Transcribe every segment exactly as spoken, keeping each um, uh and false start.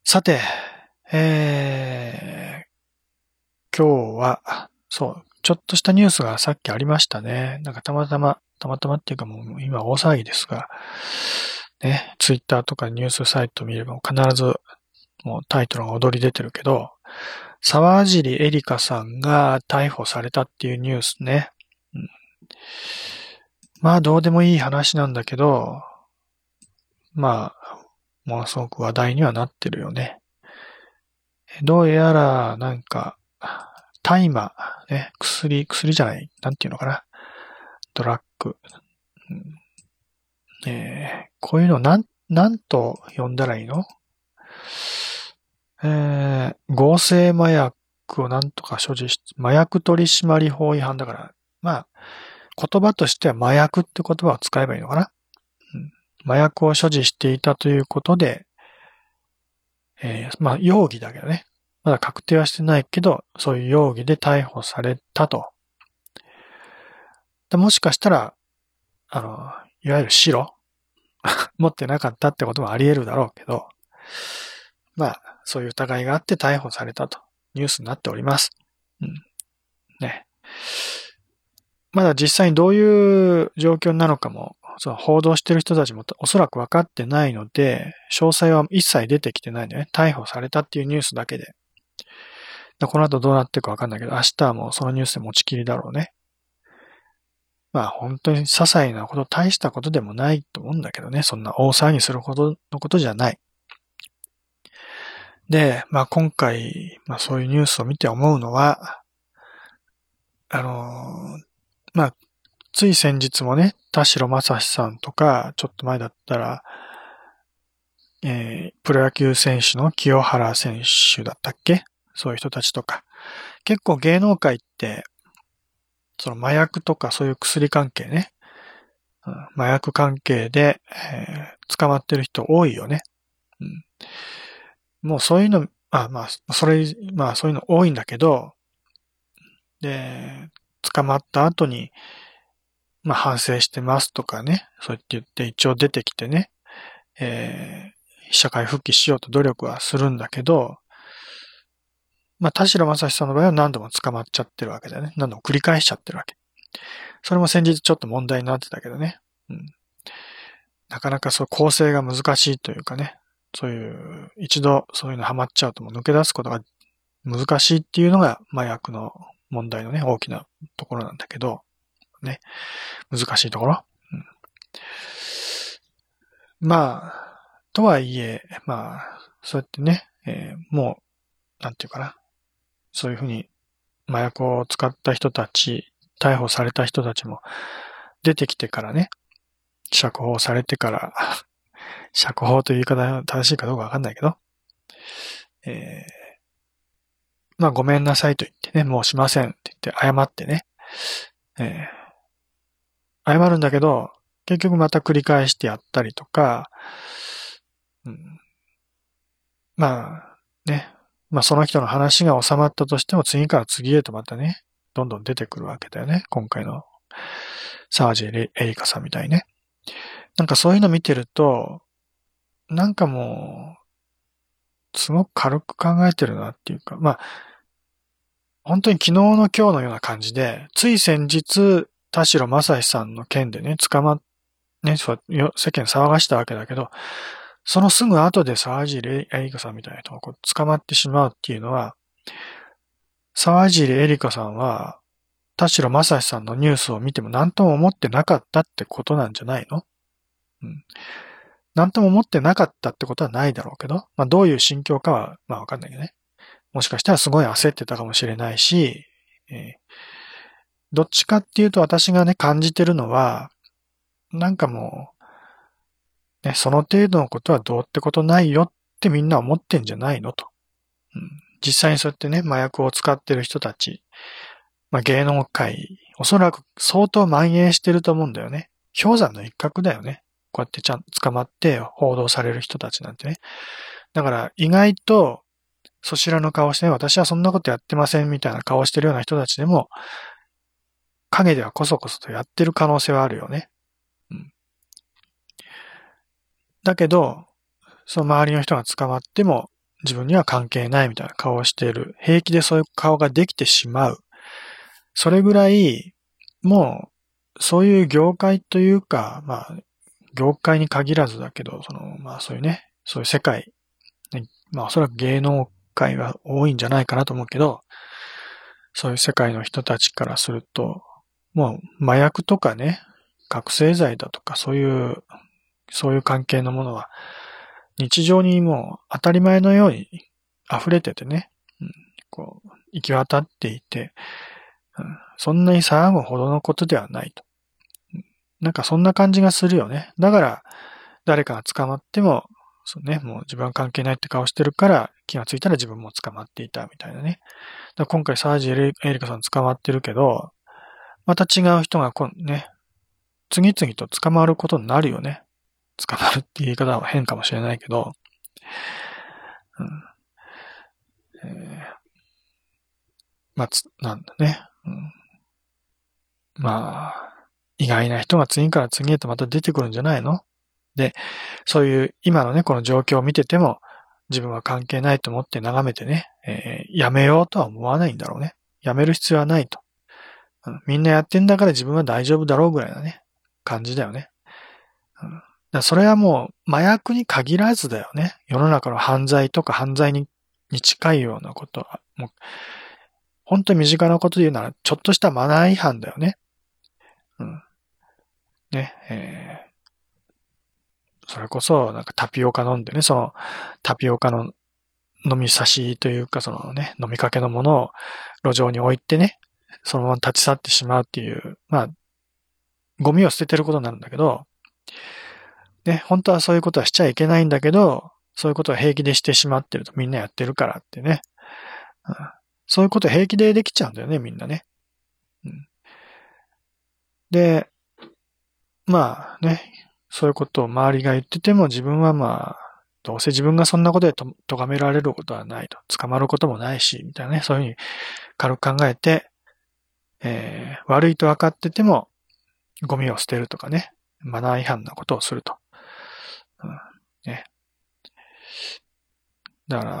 さて、えー、今日は、そう、ちょっとしたニュースがさっきありましたね。なんかたまたま、たまたまっていうかもう今大騒ぎですが、ね、ツイッターとかニュースサイト見れば必ずもうタイトルが躍り出てるけど、沢尻エリカさんが逮捕されたっていうニュースね。うん、まあどうでもいい話なんだけど、まあ、ものすごく話題にはなってるよね。どうやら、なんか、大麻、ね、薬、薬じゃない、なんていうのかな。ドラッグ。うんえーこういうのなん、なんと呼んだらいいの？えー合成麻薬をなんとか所持し、麻薬取締法違反だから、まあ、言葉としては麻薬って言葉を使えばいいのかな。うん、麻薬を所持していたということで、えーまあ、容疑だけどね。まだ確定はしてないけど、そういう容疑で逮捕されたと。でもしかしたら、あの、いわゆる白持ってなかったってこともあり得るだろうけど、まあ、そういう疑いがあって逮捕されたとニュースになっております。うん。ね。まだ実際にどういう状況なのかも、その報道してる人たちもおそらく分かってないので、詳細は一切出てきてないんだよね。逮捕されたっていうニュースだけで。でこの後どうなっていくか分かんないけど、明日はもうそのニュースで持ちきりだろうね。まあ本当に些細なこと、大したことでもないと思うんだけどね。そんな大騒ぎするほどのことじゃない。で、まあ今回、まあそういうニュースを見て思うのは、あのーまあ、つい先日もね、田代正史さんとか、ちょっと前だったら、えー、プロ野球選手の清原選手だったっけ？そういう人たちとか。結構芸能界って、その麻薬とかそういう薬関係ね、うん、麻薬関係で、えー捕まってる人多いよね。うん、もうそういうの、あ、まあ、それ、まあそういうの多いんだけど、で、捕まった後に、まあ反省してますとかね、そう言って言って一応出てきてね、えー社会復帰しようと努力はするんだけど、まあ田代正史さんの場合は何度も捕まっちゃってるわけだよね。何度も繰り返しちゃってるわけ。それも先日ちょっと問題になってたけどね。うん、なかなかそう構成が難しいというかね、そういう、一度そういうのハマっちゃうともう抜け出すことが難しいっていうのが麻薬の問題のね、大きなところなんだけど、ね、難しいところ。うん、まあ、とはいえ、まあ、そうやってね、えーもう、なんていうかな、そういうふうに麻薬を使った人たち、逮捕された人たちも出てきてからね、釈放されてから、釈放という言い方が正しいかどうかわかんないけど、えーまあごめんなさいと言ってね、もうしませんって言って謝ってね、えー謝るんだけど、結局また繰り返してやったりとか、うん、まあね、まあその人の話が収まったとしても次から次へとまたね、どんどん出てくるわけだよね。今回の沢尻エリカさんみたいね。なんかそういうの見てると、なんかもう、すごく軽く考えてるなっていうか、まあ、本当に昨日の今日のような感じで、つい先日、田代正史さんの件でね、捕まっ、ね、そう世間騒がしたわけだけど、そのすぐ後で沢尻エリカさんみたいな人がこう捕まってしまうっていうのは、沢尻エリカさんは、田代正史さんのニュースを見ても何とも思ってなかったってことなんじゃないの？うん。何とも思ってなかったってことはないだろうけど、まあどういう心境かは、まあわかんないけどね。もしかしたらすごい焦ってたかもしれないし、えーどっちかっていうと私がね、感じてるのは、なんかもう、ね、その程度のことはどうってことないよってみんな思ってんじゃないのと。うん、実際にそうやってね、麻薬を使ってる人たち、まあ芸能界、おそらく相当蔓延してると思うんだよね。氷山の一角だよね。こうやってちゃんと捕まって報道される人たちなんてね。だから意外と、そちらの顔してね、私はそんなことやってませんみたいな顔してるような人たちでも、影ではこそこそとやってる可能性はあるよね。うん、だけど、その周りの人が捕まっても、 自分には関係ないみたいな顔をしている。平気でそういう顔ができてしまう。それぐらい、もう、そういう業界というか、まあ、業界に限らずだけど、その、まあそういうね、そういう世界、ね、まあおそらく芸能界は多いんじゃないかなと思うけど、そういう世界の人たちからすると、もう麻薬とかね、覚醒剤だとか、そういう、そういう関係のものは、日常にもう当たり前のように溢れててね、うん、こう、行き渡っていて、うん、そんなに騒ぐほどのことではないと。なんかそんな感じがするよね。だから、誰かが捕まっても、そうね、もう自分は関係ないって顔してるから、気がついたら自分も捕まっていたみたいなね。だ今回サージエリエリカさん捕まってるけど、また違う人がこうね、次々と捕まることになるよね。捕まるって言い方は変かもしれないけど、うんえー、まあ、つ、なんだね、うん。まあ、意外な人が次から次へとまた出てくるんじゃないの？で、そういう今のね、この状況を見てても、自分は関係ないと思って眺めてね、えー、やめようとは思わないんだろうね。やめる必要はないと。うん、みんなやってんだから自分は大丈夫だろうぐらいなね、感じだよね。うん、だそれはもう麻薬に限らずだよね。世の中の犯罪とか犯罪にに近いようなことは、もう、本当に身近なことで言うなら、ちょっとしたマナー違反だよね。うん。ね、えー、それこそ、なんかタピオカ飲んでね、そのタピオカの飲み差しというか、そのね、飲みかけのものを路上に置いてね、そのまま立ち去ってしまうっていう、まあ、ゴミを捨ててることになるんだけど、ね、本当はそういうことはしちゃいけないんだけど、そういうことは平気でしてしまってるとみんなやってるからってね。うん、そういうこと平気でできちゃうんだよね、みんなね。うん、で、まあね、そういうことを周りが言ってても自分はまあ、どうせ自分がそんなことでと咎められることはないと。捕まることもないし、みたいなね、そういうふうに軽く考えて、えー、悪いと分かってても、ゴミを捨てるとかね、マナー違反なことをすると。うんね、だから、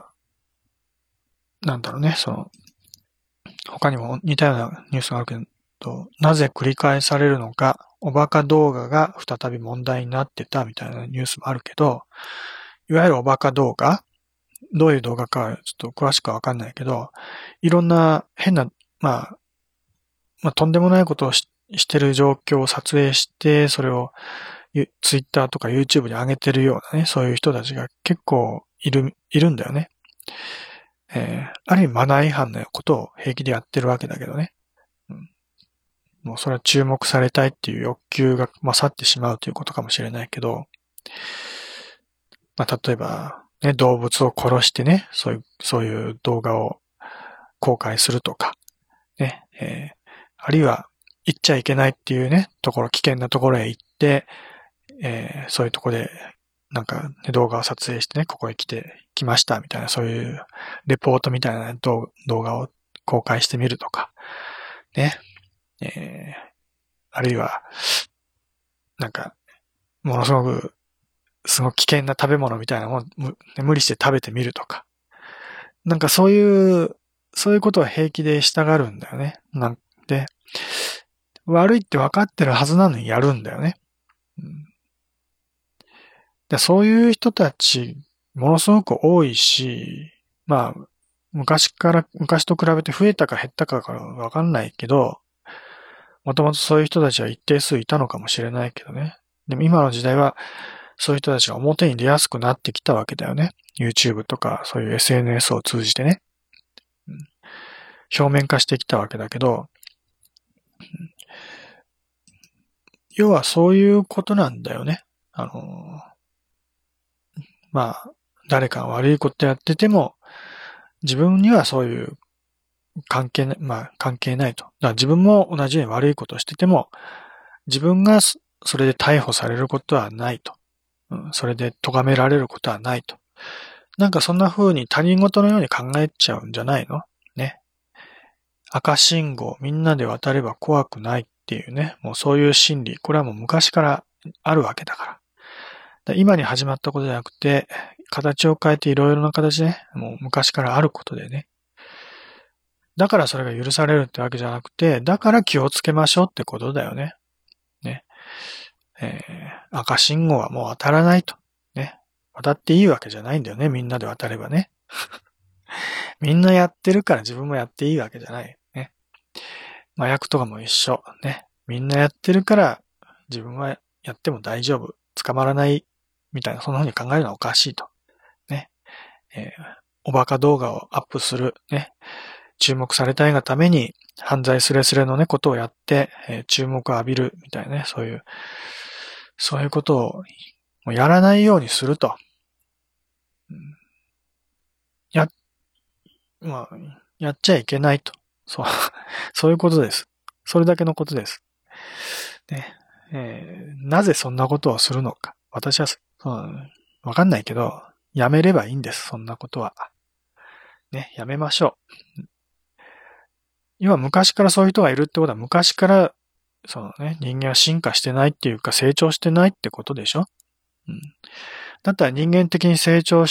なんだろうね、その、他にも似たようなニュースがあるけど、なぜ繰り返されるのか、おバカ動画が再び問題になってたみたいなニュースもあるけど、いわゆるおバカ動画、どういう動画かはちょっと詳しくはわかんないけど、いろんな変な、まあ、まあ、とんでもないことを し, してる状況を撮影して、それをツイッターとか YouTube に上げてるようなね、そういう人たちが結構いる、いるんだよね。えー、ある意味マナー違反のことを平気でやってるわけだけどね。うん、もうそれは注目されたいっていう欲求が勝ってしまうということかもしれないけど、まあ、例えば、ね、動物を殺してね、そういう、そういう動画を公開するとか、ね、えー、あるいは行っちゃいけないっていうね、ところ、危険なところへ行って、えー、そういうところで、なんか、ね、動画を撮影してね、ここへ来て、来ましたみたいな、そういうレポートみたいな動画を公開してみるとか、ね、えー、あるいは、なんか、ものすごく、すごく危険な食べ物みたいなもん、無理して食べてみるとか、なんかそういう、そういうことは平気でしたがるんだよね。なんで、悪いって分かってるはずなのにやるんだよね。うん、でそういう人たち、ものすごく多いし、まあ、昔から、昔と比べて増えたか減ったかがわかんないけど、もともとそういう人たちは一定数いたのかもしれないけどね。でも今の時代は、そういう人たちが表に出やすくなってきたわけだよね。YouTube とか、そういう エスエヌエス を通じてね。うん、表面化してきたわけだけど、うん、要はそういうことなんだよね。あの、まあ、誰かが悪いことやってても、自分にはそういう関係ない、まあ関係ないと。だから自分も同じように悪いことをしてても、自分がそれで逮捕されることはないと。うん、それで咎められることはないと。なんかそんな風に他人事のように考えちゃうんじゃないのね。赤信号みんなで渡れば怖くないっていうね、もうそういう心理、これはもう昔からあるわけだから。だから今に始まったことじゃなくて、 形を変えていろいろな形でね、もう昔からあることでね。だからそれが許されるってわけじゃなくて、だから気をつけましょうってことだよね。ね。えー、赤信号はもう渡らないと。ね。渡っていいわけじゃないんだよね。みんなで渡ればね。みんなやってるから自分もやっていいわけじゃない。ね。麻薬とかも一緒。ね。みんなやってるから自分はやっても大丈夫。捕まらないみたいな、そんな風に考えるのはおかしいと。ね。えー、おバカ動画をアップする。ね。注目されたいがために犯罪スレスレのね、ことをやって、えー、注目を浴びるみたいなね、そういう、そういうことをもうやらないようにすると。うん、や、まあ、やっちゃいけないと。そう、そういうことです。それだけのことです。ね。えー、なぜそんなことをするのか。私は、うん、わかんないけど、やめればいいんです、そんなことは。ね、やめましょう。今昔からそういう人がいるってことは昔からそのね、人間は進化してないっていうか成長してないってことでしょ。うん。だったら人間的に成長して、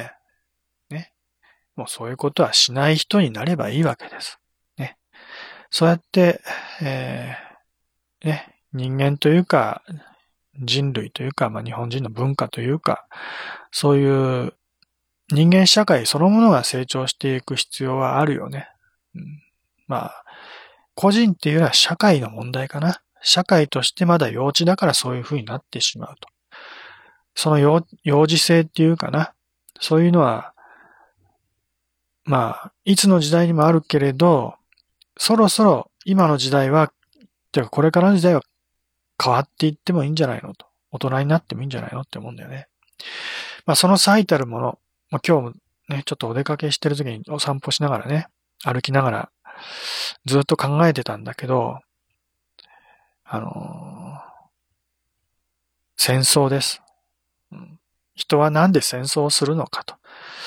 ね、もうそういうことはしない人になればいいわけです。ね。そうやって、えー、ね、人間というか、人類というか、まあ日本人の文化というか、そういう人間社会そのものが成長していく必要はあるよね。うん、まあ、個人っていうのは社会の問題かな。社会としてまだ幼稚だからそういう風になってしまうと。その幼幼児性っていうかな。そういうのは、まあ、いつの時代にもあるけれど、そろそろ今の時代は、てかこれからの時代は変わっていってもいいんじゃないのと。大人になってもいいんじゃないのって思うんだよね。まあその最たるもの、まあ今日もね、ちょっとお出かけしてる時にお散歩しながらね、歩きながらずっと考えてたんだけど、あのー戦争です。うん、人はなんで戦争をするのかと。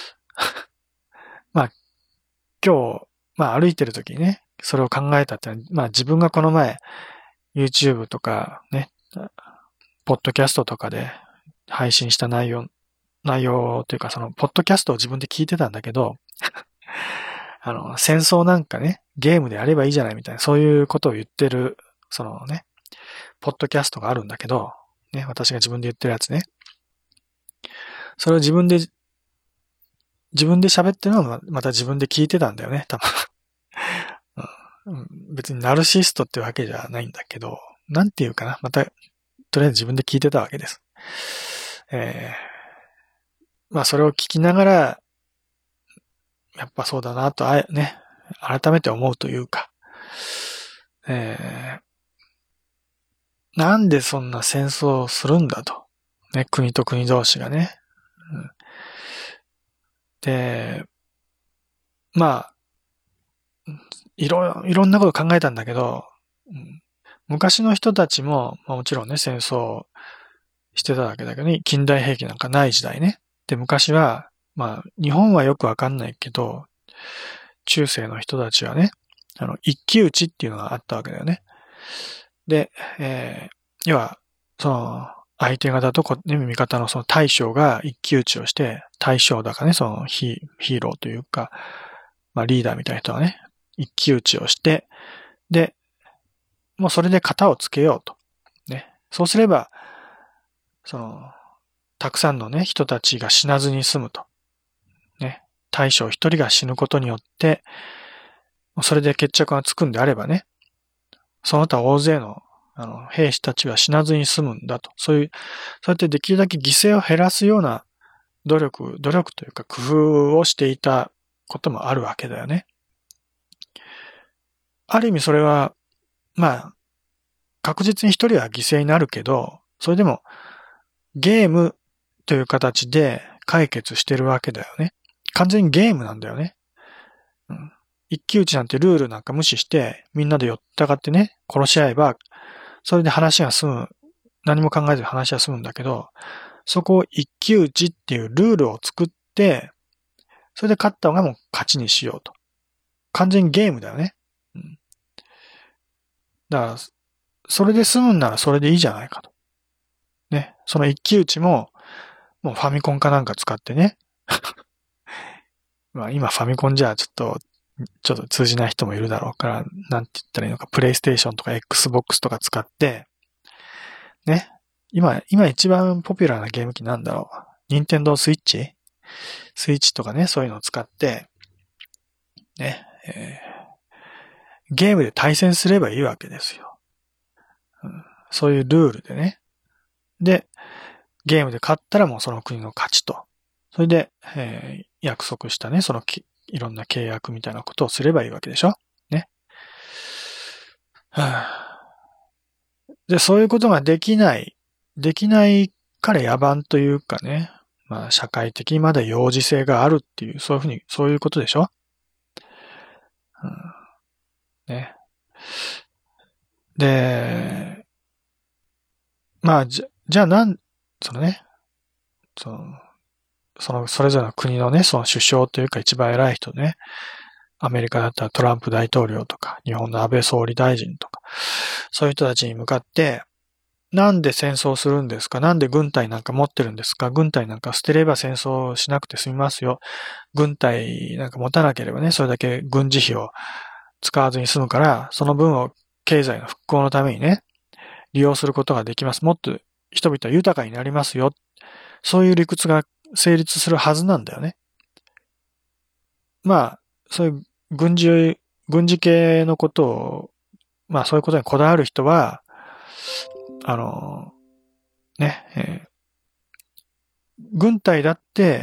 まあ今日、まあ歩いてる時にね、それを考えたって、まあ自分がこの前 YouTube とかね、ポッドキャストとかで配信した内容、内容というかそのポッドキャストを自分で聞いてたんだけど、あの、戦争なんかね、ゲームでやればいいじゃないみたいな、そういうことを言ってる、そのね、ポッドキャストがあるんだけど、ね、私が自分で言ってるやつね。それを自分で、自分で喋ってるのをまた自分で聞いてたんだよね、多分。うん、別にナルシストってわけじゃないんだけど、なんていうかな、また、とりあえず自分で聞いてたわけです。えー、まあそれを聞きながら、やっぱそうだなと、あね、改めて思うというか、えー、なんでそんな戦争をするんだと。ね、国と国同士がね。うん、で、まあ、いろ、いろんなこと考えたんだけど、うん、昔の人たちも、まあ、もちろんね、戦争してたわけだけどね、近代兵器なんかない時代ね。で、昔は、まあ、日本はよくわかんないけど、中世の人たちはね、あの、一騎打ちっていうのがあったわけだよね。で、えー、要は、その、相手方とこ、ね、味方のその大将が一騎打ちをして、大将だかね、そのヒヒーローというか、まあリーダーみたいな人がね、一騎打ちをして、で、もうそれで型をつけようと。ね。そうすれば、その、たくさんのね、人たちが死なずに済むと。ね。大将一人が死ぬことによって、それで決着がつくんであればね、その他大勢のあの兵士たちは死なずに済むんだと。そういう、そうやってできるだけ犠牲を減らすような努力、努力というか工夫をしていたこともあるわけだよね。ある意味それは、まあ、確実に一人は犠牲になるけど、それでもゲームという形で解決してるわけだよね。完全にゲームなんだよね。うん、一騎打ちなんてルールなんか無視して、みんなで寄ったがってね、殺し合えば、それで話が済む。何も考えずに話が済むんだけど、そこを一騎打ちっていうルールを作って、それで勝った方がもう勝ちにしようと。完全にゲームだよね。うん、だから、それで済むんならそれでいいじゃないかと。ね。その一騎打ちも、 もうファミコンかなんか使ってね。まあ今ファミコンじゃちょっと、ちょっと通じない人もいるだろうから、なんて言ったらいいのか、プレイステーションとか Xbox とか使って、ね。今、今一番ポピュラーなゲーム機なんだろう。ニンテンドースイッチスイッチとかね、そういうのを使って、ね、えー、ゲームで対戦すればいいわけですよ。うん、そういうルールでね。で、ゲームで勝ったらもうその国の勝ちと。それで、えー、約束したね、そのきいろんな契約みたいなことをすればいいわけでしょね。はあ、で、そういうことができない、できないから野蛮というかね、まあ社会的にまだ幼児性があるっていう、そういうふうに、そういうことでしょ、うん、ね。で、まあ、じゃ、じゃあなん、そのね、その、その、それぞれの国のね、その首相というか一番偉い人ね、アメリカだったらトランプ大統領とか、日本の安倍総理大臣とか、そういう人たちに向かって、なんで戦争するんですか？なんで軍隊なんか持ってるんですか？軍隊なんか捨てれば戦争しなくて済みますよ。軍隊なんか持たなければね、それだけ軍事費を使わずに済むから、その分を経済の復興のためにね、利用することができます。もっと人々は豊かになりますよ。そういう理屈が成立するはずなんだよね。まあ、そういう軍事、軍事系のことを、まあそういうことにこだわる人は、あの、ね、えー軍隊だって、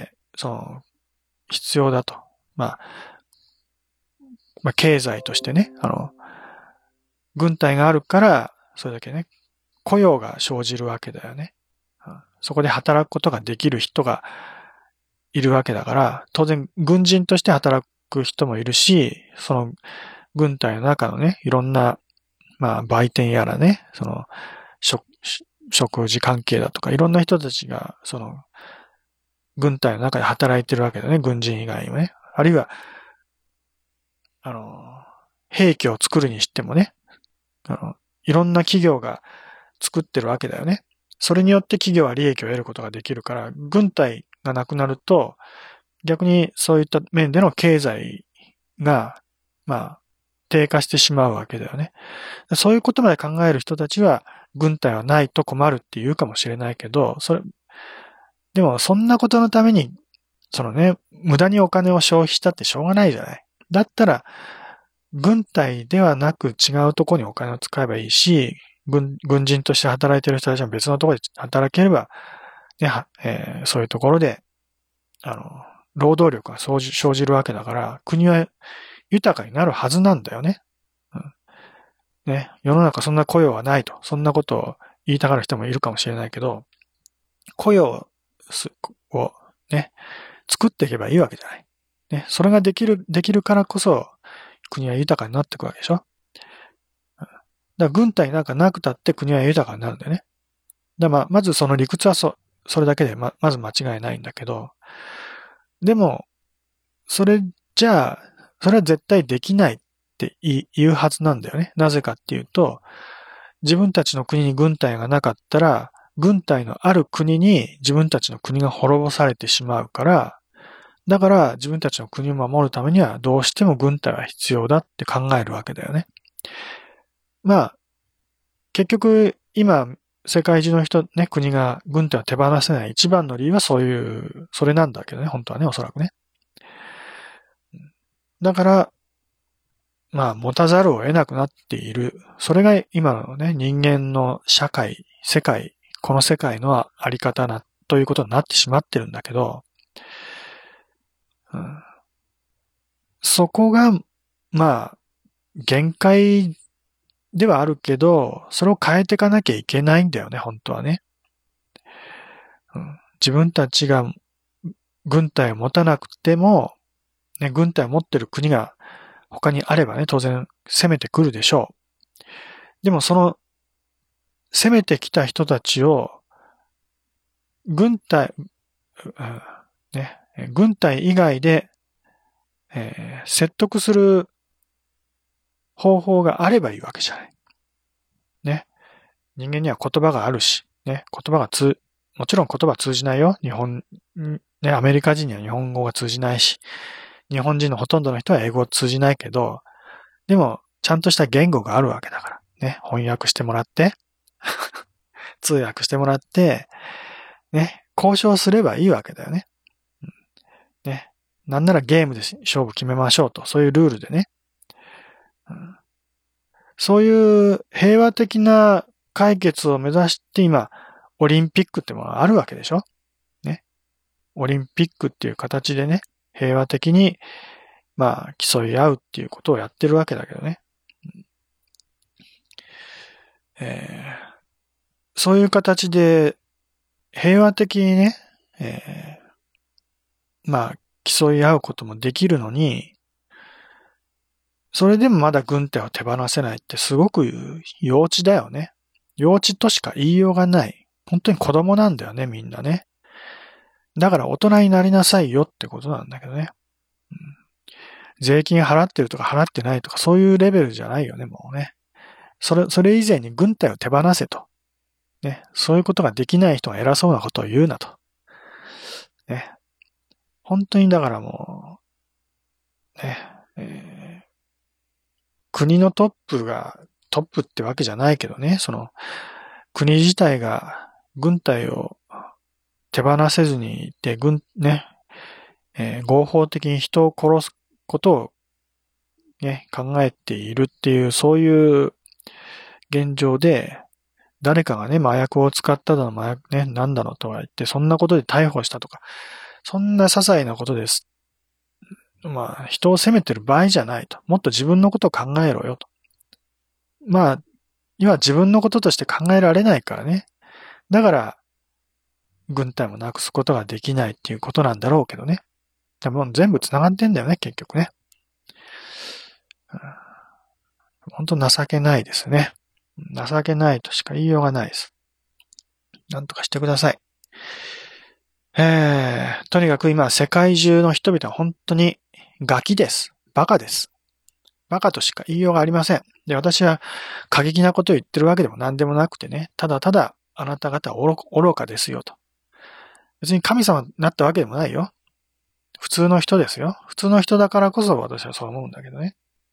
その、必要だと。まあ、まあ経済としてね、あの、軍隊があるから、それだけね、雇用が生じるわけだよね。うん、そこで働くことができる人がいるわけだから、当然軍人として働く人もいるし、その軍隊の中のね、いろんな、まあ売店やらね、その食、食事関係だとか、いろんな人たちが、その軍隊の中で働いてるわけだね、軍人以外にもね。あるいは、あの、兵器を作るにしてもね、あの、いろんな企業が作ってるわけだよね。それによって企業は利益を得ることができるから、軍隊がなくなると、逆にそういった面での経済が、まあ、低下してしまうわけだよね。そういうことまで考える人たちは、軍隊はないと困るって言うかもしれないけど、それ、でもそんなことのために、そのね、無駄にお金を消費したってしょうがないじゃない。だったら、軍隊ではなく違うところにお金を使えばいいし、軍、軍人として働いている人たちは別のところで働ければ、ね、えーそういうところで、あの、労働力が生じ生じるわけだから、国は豊かになるはずなんだよね。うん、ね、世の中そんな雇用はないと、そんなことを言いたがる人もいるかもしれないけど、雇用をね、作っていけばいいわけじゃない。ね、それができる、できるからこそ、国は豊かになっていくわけでしょ。だから軍隊なんかなくたって国は豊かになるんだよね。だまあ、まずその理屈はそ、それだけでま、まず間違いないんだけど、でも、それじゃあ、それは絶対できないって言うはずなんだよね。なぜかっていうと、自分たちの国に軍隊がなかったら、軍隊のある国に自分たちの国が滅ぼされてしまうから、だから自分たちの国を守るためにはどうしても軍隊は必要だって考えるわけだよね。まあ、結局今、世界中の人、ね、国が軍隊を手放せない一番の理由はそういう、それなんだけどね、本当はね、おそらくね。だから、まあ、持たざるを得なくなっている。それが今のね、人間の社会、世界、この世界のあり方な、ということになってしまってるんだけど、うん、そこが、まあ、限界ではあるけど、それを変えていかなきゃいけないんだよね、本当はね。うん、自分たちが軍隊を持たなくても、ね、軍隊を持ってる国が他にあればね、当然攻めてくるでしょう。でもその攻めてきた人たちを軍隊、うんね、軍隊以外で、えー説得する方法があればいいわけじゃない。ね。人間には言葉があるし、ね。言葉が通、 もちろん言葉通じないよ。日本、ね、アメリカ人には日本語が通じないし、日本人のほとんどの人は英語通じないけど、でも、ちゃんとした言語があるわけだから。ね、翻訳してもらって、通訳してもらって、ね、交渉すればいいわけだよね。うん、ね。なんならゲームで勝負決めましょうと。そういうルールでね。うん、そういう平和的な解決を目指して今、オリンピックってものがあるわけでしょ？ね。オリンピックっていう形でね、平和的に、まあ、競い合うっていうことをやってるわけだけどね。えー、そういう形で、平和的にね、えー、まあ、競い合うこともできるのに、それでもまだ軍隊を手放せないってすごく幼稚だよね。幼稚としか言いようがない。本当に子供なんだよね、みんなね。だから大人になりなさいよってことなんだけどね。うん、税金払ってるとか払ってないとかそういうレベルじゃないよね、もうね。それ、それ以前に軍隊を手放せと。ね。そういうことができない人が偉そうなことを言うなと。ね。本当にだからもう、ね。えー、国のトップがトップってわけじゃないけどね。その、国自体が軍隊を手放せずにいて、軍、ね。えー、合法的に人を殺すことをね、考えているっていう、そういう現状で、誰かがね、麻薬を使っただの、麻薬ね、なんだのとか言って、そんなことで逮捕したとか、そんな些細なことです。まあ、人を責めてる場合じゃないと。もっと自分のことを考えろよと。まあ、今自分のこととして考えられないからね。だから、軍隊もなくすことができないっていうことなんだろうけどね。でも全部繋がってんだよね、結局ね。本当情けないですね。情けないとしか言いようがないです。なんとかしてください。えー、とにかく今、世界中の人々は本当にガキです。バカです。バカとしか言いようがありません。で、私は過激なことを言ってるわけでも何でもなくてね、ただただあなた方は愚かですよと。別に神様になったわけでもないよ。普通の人ですよ。普通の人だからこそ私はそう思うんだけどね。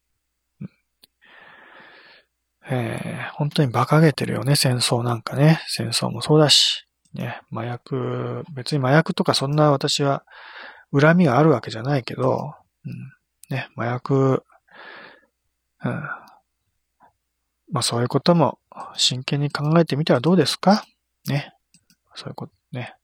えー、本当に馬鹿げてるよね、戦争なんかね。戦争もそうだし。ね、麻薬、別に麻薬とかそんな私は恨みがあるわけじゃないけど、うん、ね、麻薬、うん、まあそういうことも真剣に考えてみたらどうですかね。そういうことね。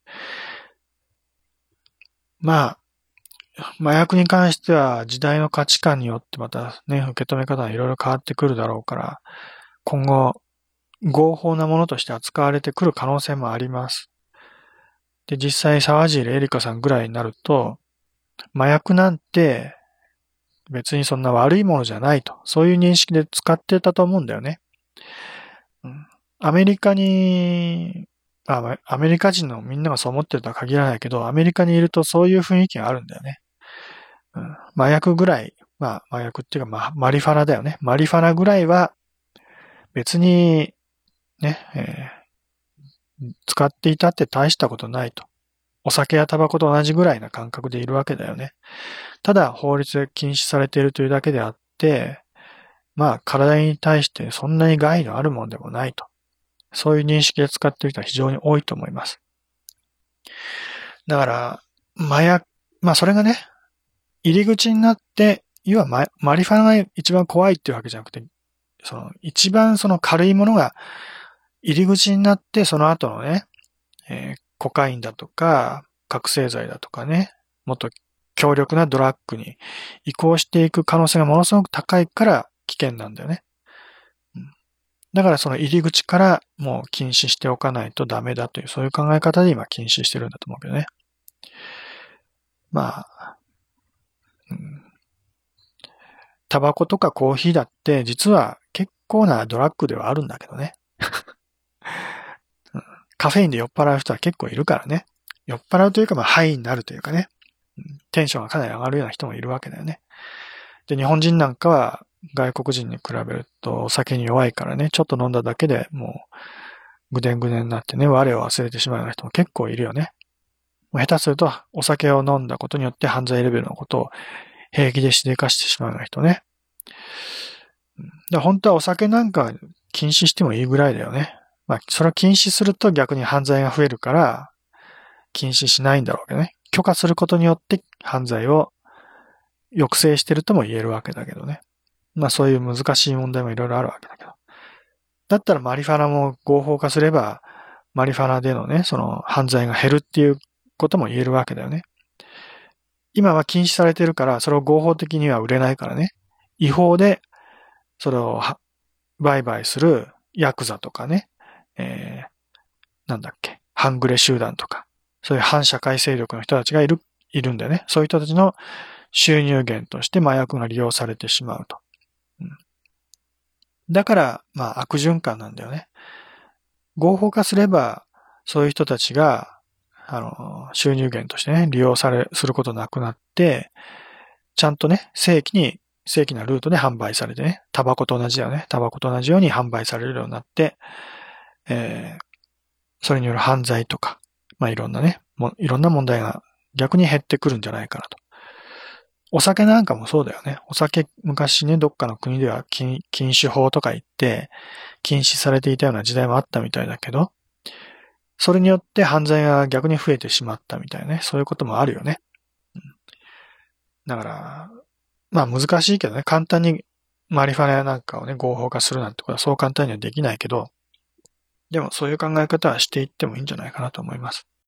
まあ、麻薬に関しては時代の価値観によってまたね、受け止め方がいろいろ変わってくるだろうから、今後、合法なものとして扱われてくる可能性もあります。で、実際沢尻エリカさんぐらいになると、麻薬なんて別にそんな悪いものじゃないと、そういう認識で使ってたと思うんだよね。うん、アメリカに、あ、アメリカ人のみんながそう思ってるとは限らないけど、アメリカにいるとそういう雰囲気があるんだよね。うん、麻薬ぐらい、まあ麻薬っていうか、まあ、マリファナだよね。マリファナぐらいは別にね、えー、使っていたって大したことないと。お酒やタバコと同じぐらいな感覚でいるわけだよね。ただ法律で禁止されているというだけであって、まあ体に対してそんなに害のあるものでもないと。そういう認識で使っている人は非常に多いと思います。だから、麻薬、まあそれがね、入り口になって、要はママリファナが一番怖いっていうわけじゃなくて、その一番その軽いものが入り口になって、その後のね、えー、コカインだとか、覚醒剤だとかね、もっと強力なドラッグに移行していく可能性がものすごく高いから危険なんだよね。うん、だからその入り口からもう禁止しておかないとダメだという、そういう考え方で今禁止してるんだと思うけどね。まあ、うん、タバコとかコーヒーだって実は結構なドラッグではあるんだけどね。うん、カフェインで酔っ払う人は結構いるからね。酔っ払うというか、まあ、ハイになるというかね。テンションがかなり上がるような人もいるわけだよね。で、日本人なんかは外国人に比べるとお酒に弱いからね、ちょっと飲んだだけでもぐでんぐでんになってね、我を忘れてしまうような人も結構いるよね。下手すると、お酒を飲んだことによって犯罪レベルのことを平気でしでかしてしまうような人ね。で本当はお酒なんか禁止してもいいぐらいだよね。まあ、それを禁止すると逆に犯罪が増えるから、禁止しないんだろうけどね。許可することによって犯罪を抑制してるとも言えるわけだけどね。まあそういう難しい問題もいろいろあるわけだけど。だったらマリファナも合法化すれば、マリファナでのね、その犯罪が減るっていうことも言えるわけだよね。今は禁止されてるから、それを合法的には売れないからね。違法で、それを売買するヤクザとかね、えー、なんだっけ、半グレ集団とか、そういう反社会勢力の人たちがいる、いるんだよね。そういう人たちの収入源として麻薬が利用されてしまうと。うん、だから、まあ悪循環なんだよね。合法化すれば、そういう人たちが、あの、収入源としてね、利用され、することなくなって、ちゃんとね、正規に、正規なルートで販売されてね、タバコと同じだよね。タバコと同じように販売されるようになって、えー、それによる犯罪とか、まあいろんなね、もいろんな問題が逆に減ってくるんじゃないかなと。お酒なんかもそうだよね。お酒、昔ね、どっかの国では禁、禁酒法とか言って、禁止されていたような時代もあったみたいだけど、それによって犯罪が逆に増えてしまったみたいなね、そういうこともあるよね。うん、だから、まあ難しいけどね、簡単にマリファナなんかをね、合法化するなんてことはそう簡単にはできないけど、でもそういう考え方はしていってもいいんじゃないかなと思います。